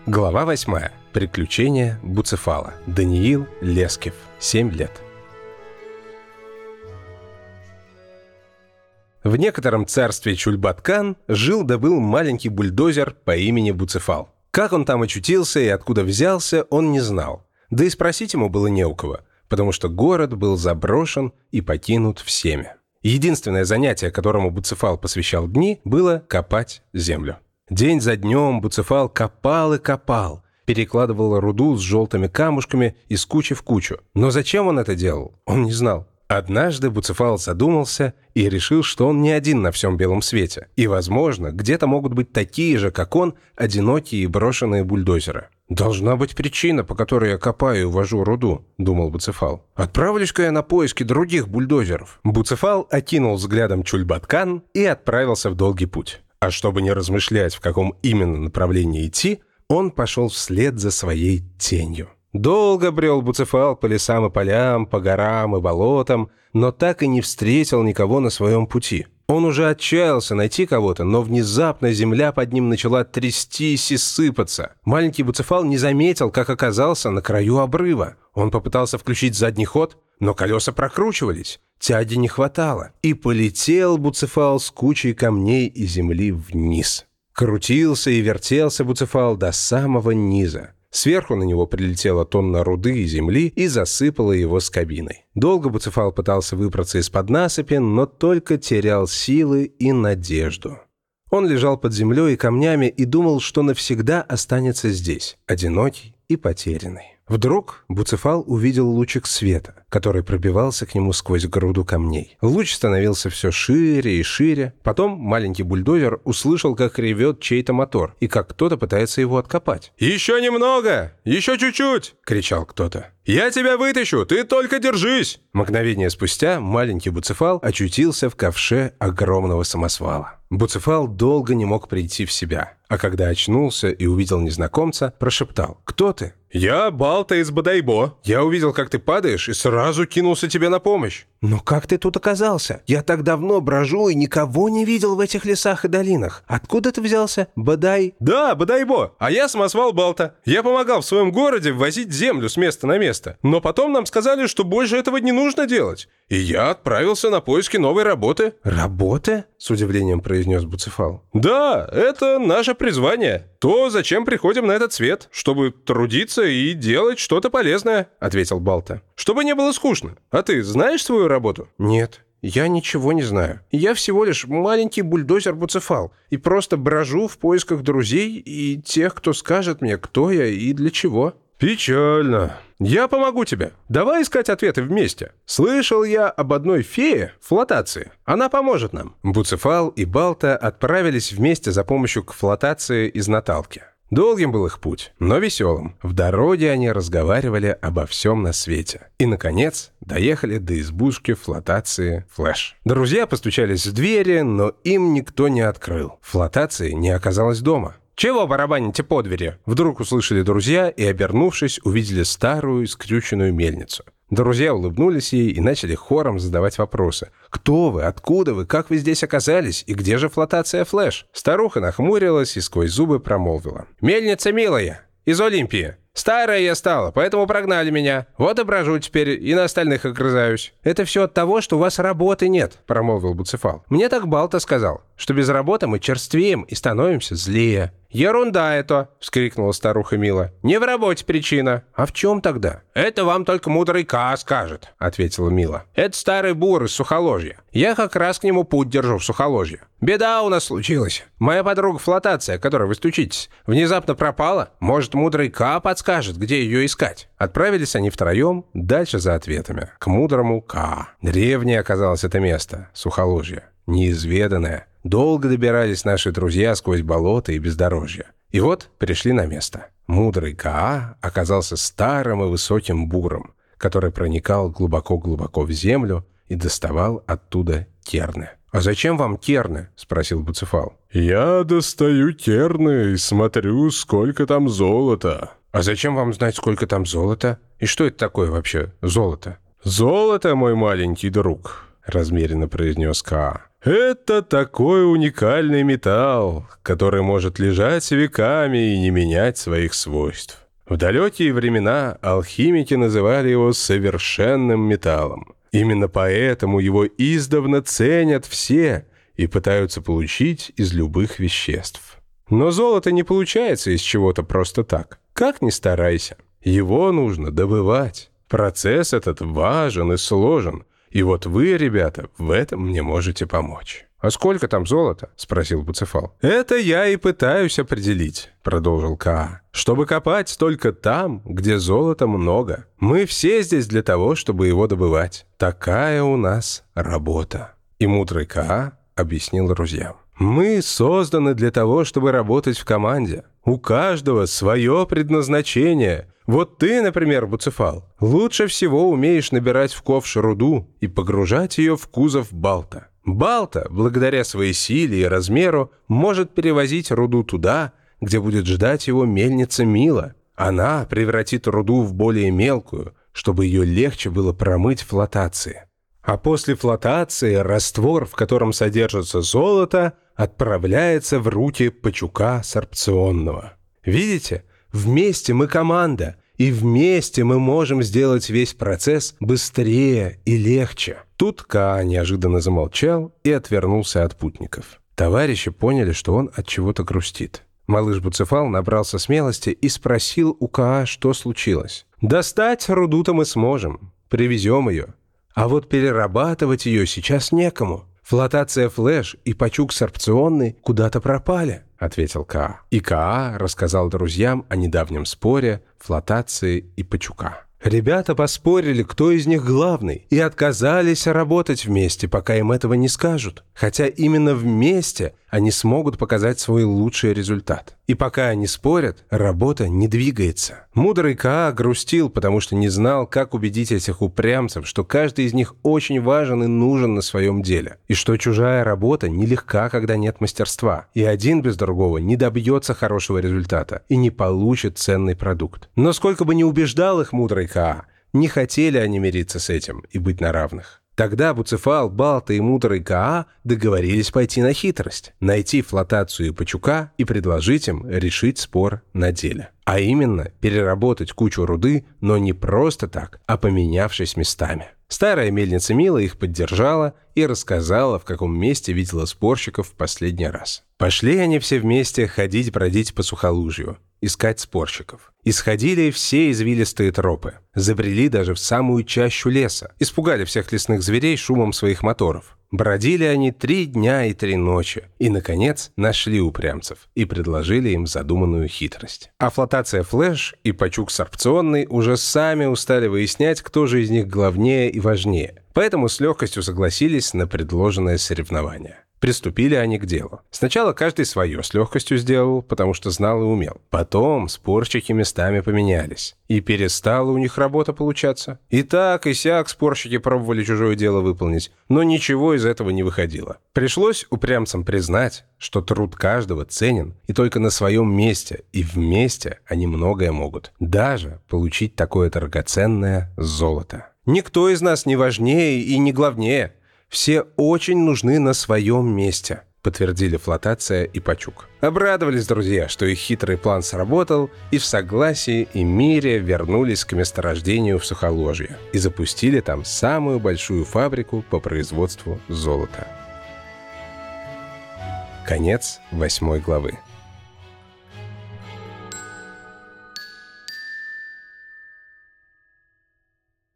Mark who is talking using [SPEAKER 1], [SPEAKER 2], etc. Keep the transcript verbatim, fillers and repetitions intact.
[SPEAKER 1] Глава восьмая. Приключения Буцефала. Даниил Лескев. семь лет. В некотором царстве Чульбаткан жил да был маленький бульдозер по имени Буцефал. Как он там очутился и откуда взялся, он не знал. Да и спросить ему было не у кого, потому что город был заброшен и покинут всеми. Единственное занятие, которому Буцефал посвящал дни, было копать землю. День за днем Буцефал копал и копал, перекладывал руду с желтыми камушками из кучи в кучу. Но зачем он это делал, он не знал. Однажды Буцефал задумался и решил, что он не один на всем белом свете. И, возможно, где-то могут быть такие же, как он, одинокие и брошенные бульдозеры. «Должна быть причина, по которой я копаю и вожу руду», — думал Буцефал. «Отправлюсь-ка я на поиски других бульдозеров». Буцефал окинул взглядом Чульбаткан и отправился в долгий путь. А чтобы не размышлять, в каком именно направлении идти, он пошел вслед за своей тенью. Долго брел Буцефал по лесам и полям, по горам и болотам, но так и не встретил никого на своем пути. Он уже отчаялся найти кого-то, но внезапно земля под ним начала трястись и сыпаться. Маленький Буцефал не заметил, как оказался на краю обрыва. Он попытался включить задний ход, но колеса прокручивались, тяги не хватало, и полетел Буцефал с кучей камней и земли вниз. Крутился и вертелся Буцефал до самого низа. Сверху на него прилетела тонна руды и земли и засыпала его с кабиной. Долго Буцефал пытался выбраться из-под насыпи, но только терял силы и надежду. Он лежал под землей и камнями и думал, что навсегда останется здесь, одинокий и потерянный. Вдруг Буцефал увидел лучик света, который пробивался к нему сквозь груду камней. Луч становился все шире и шире. Потом маленький бульдозер услышал, как ревет чей-то мотор и как кто-то пытается его откопать. «Еще немного! Еще чуть-чуть!» — кричал кто-то. «Я тебя вытащу! Ты только держись!» Мгновение спустя маленький Буцефал очутился в ковше огромного самосвала. Буцефал долго не мог прийти в себя, а когда очнулся и увидел незнакомца, прошептал: «Кто ты?» «Я Балта из Бодайбо. Я увидел, как ты падаешь, и сразу кинулся тебе на помощь». «Но как ты тут оказался? Я так давно брожу и никого не видел в этих лесах и долинах. Откуда ты взялся? Бодай...» «Да, Бодайбо. А я самосвал Балта. Я помогал в своем городе ввозить землю с места на место. Но потом нам сказали, что больше этого не нужно делать. И я отправился на поиски новой работы». «Работы?» — с удивлением произнес Буцефал. «Да, это наше призвание. То, зачем приходим на этот свет, чтобы трудиться и делать что-то полезное», — ответил Балта. «Чтобы не было скучно. А ты знаешь свою работу?» «Нет, я ничего не знаю. Я всего лишь маленький бульдозер Буцефал и просто брожу в поисках друзей и тех, кто скажет мне, кто я и для чего». «Печально. Я помогу тебе. Давай искать ответы вместе. Слышал я об одной фее, флотации. Она поможет нам». Буцефал и Балта отправились вместе за помощью к флотации из Наталки. Долгим был их путь, но веселым. В дороге они разговаривали обо всем на свете. И, наконец, доехали до избушки флотации Флэш. Друзья постучались в двери, но им никто не открыл. Флотации не оказалось дома. «Чего барабаните по двери?» Вдруг услышали друзья и, обернувшись, увидели старую скрюченную мельницу. Друзья улыбнулись ей и начали хором задавать вопросы. «Кто вы? Откуда вы? Как вы здесь оказались? И где же флотация Флэш?» Старуха нахмурилась и сквозь зубы промолвила: «Мельница милая, из Олимпии. Старая я стала, поэтому прогнали меня. Вот и брожу теперь и на остальных огрызаюсь». «Это все от того, что у вас работы нет», — промолвил Буцефал. «Мне так Балта сказал, что без работы мы черствеем и становимся злее». «Ерунда это!» — вскрикнула старуха Мила. «Не в работе причина». «А в чем тогда?» «Это вам только мудрый Ка скажет», — ответила Мила. «Это старый бур из Сухоложья. Я как раз к нему путь держу в Сухоложье. Беда у нас случилась. Моя подруга флотация, которой вы стучитесь, внезапно пропала. Может, мудрый Ка подскажет, где ее искать?» Отправились они втроем дальше за ответами, к мудрому Ка. Древнее оказалось это место, Сухоложье, неизведанное. Долго добирались наши друзья сквозь болото и бездорожье. И вот пришли на место. Мудрый Каа оказался старым и высоким буром, который проникал глубоко-глубоко в землю и доставал оттуда керны. «А зачем вам керны?» — спросил Буцефал. «Я достаю керны и смотрю, сколько там золота». «А зачем вам знать, сколько там золота? И что это такое вообще, золото?» «Золото, мой маленький друг», — размеренно произнес Каа. «Это такой уникальный металл, который может лежать веками и не менять своих свойств. В далекие времена алхимики называли его совершенным металлом. Именно поэтому его издавна ценят все и пытаются получить из любых веществ. Но золото не получается из чего-то просто так. Как ни старайся, его нужно добывать. Процесс этот важен и сложен. И вот вы, ребята, в этом мне можете помочь». «А сколько там золота?» – спросил Буцефал. «Это я и пытаюсь определить», – продолжил Каа. «Чтобы копать только там, где золота много. Мы все здесь для того, чтобы его добывать. Такая у нас работа». И мудрый Каа объяснил друзьям. «Мы созданы для того, чтобы работать в команде. У каждого свое предназначение. Вот ты, например, Буцефал, лучше всего умеешь набирать в ковш руду и погружать ее в кузов Балта. Балта, благодаря своей силе и размеру, может перевозить руду туда, где будет ждать его мельница Мила. Она превратит руду в более мелкую, чтобы ее легче было промыть флотацией. А после флотации раствор, в котором содержится золото, отправляется в руки Пачука Сорбционного. Видите, вместе мы команда, и вместе мы можем сделать весь процесс быстрее и легче». Тут Каа неожиданно замолчал и отвернулся от путников. Товарищи поняли, что он от чего-то грустит. Малыш Буцефал набрался смелости и спросил у Каа, что случилось. «Достать руду-то мы сможем, привезем ее. А вот перерабатывать ее сейчас некому. Флотация Флэш и Пачук Сорбционный куда-то пропали», — ответил Каа. И Каа рассказал друзьям о недавнем споре флотации и Пачука. Ребята поспорили, кто из них главный, и отказались работать вместе, пока им этого не скажут. Хотя именно вместе они смогут показать свой лучший результат. И пока они спорят, работа не двигается. Мудрый Каа грустил, потому что не знал, как убедить этих упрямцев, что каждый из них очень важен и нужен на своем деле. И что чужая работа нелегка, когда нет мастерства. И один без другого не добьется хорошего результата и не получит ценный продукт. Но сколько бы ни убеждал их мудрый Каа, не хотели они мириться с этим и быть на равных. Тогда Буцефал, Балта и мудрый Каа договорились пойти на хитрость, найти флотацию Пачука и предложить им решить спор на деле. А именно, переработать кучу руды, но не просто так, а поменявшись местами. Старая мельница Мила их поддержала и рассказала, в каком месте видела спорщиков в последний раз. Пошли они все вместе ходить-бродить по сухолужью, искать спорщиков. Исходили все извилистые тропы, забрели даже в самую чащу леса, испугали всех лесных зверей шумом своих моторов. Бродили они три дня и три ночи, и, наконец, нашли упрямцев и предложили им задуманную хитрость. А флотация Флэш и Пачук Сорбционный уже сами устали выяснять, кто же из них главнее и важнее, поэтому с легкостью согласились на предложенное соревнование. Приступили они к делу. Сначала каждый свое с легкостью сделал, потому что знал и умел. Потом спорщики местами поменялись, и перестала у них работа получаться. И так, и сяк спорщики пробовали чужое дело выполнить, но ничего из этого не выходило. Пришлось упрямцам признать, что труд каждого ценен, и только на своем месте и вместе они многое могут. Даже получить такое драгоценное золото. Никто из нас не важнее и не главнее. Все очень нужны на своем месте», — подтвердили флотация и Пачук. Обрадовались друзья, что их хитрый план сработал, и в согласии и мире вернулись к месторождению в Сухоложье и запустили там самую большую фабрику по производству золота. Конец восьмой главы.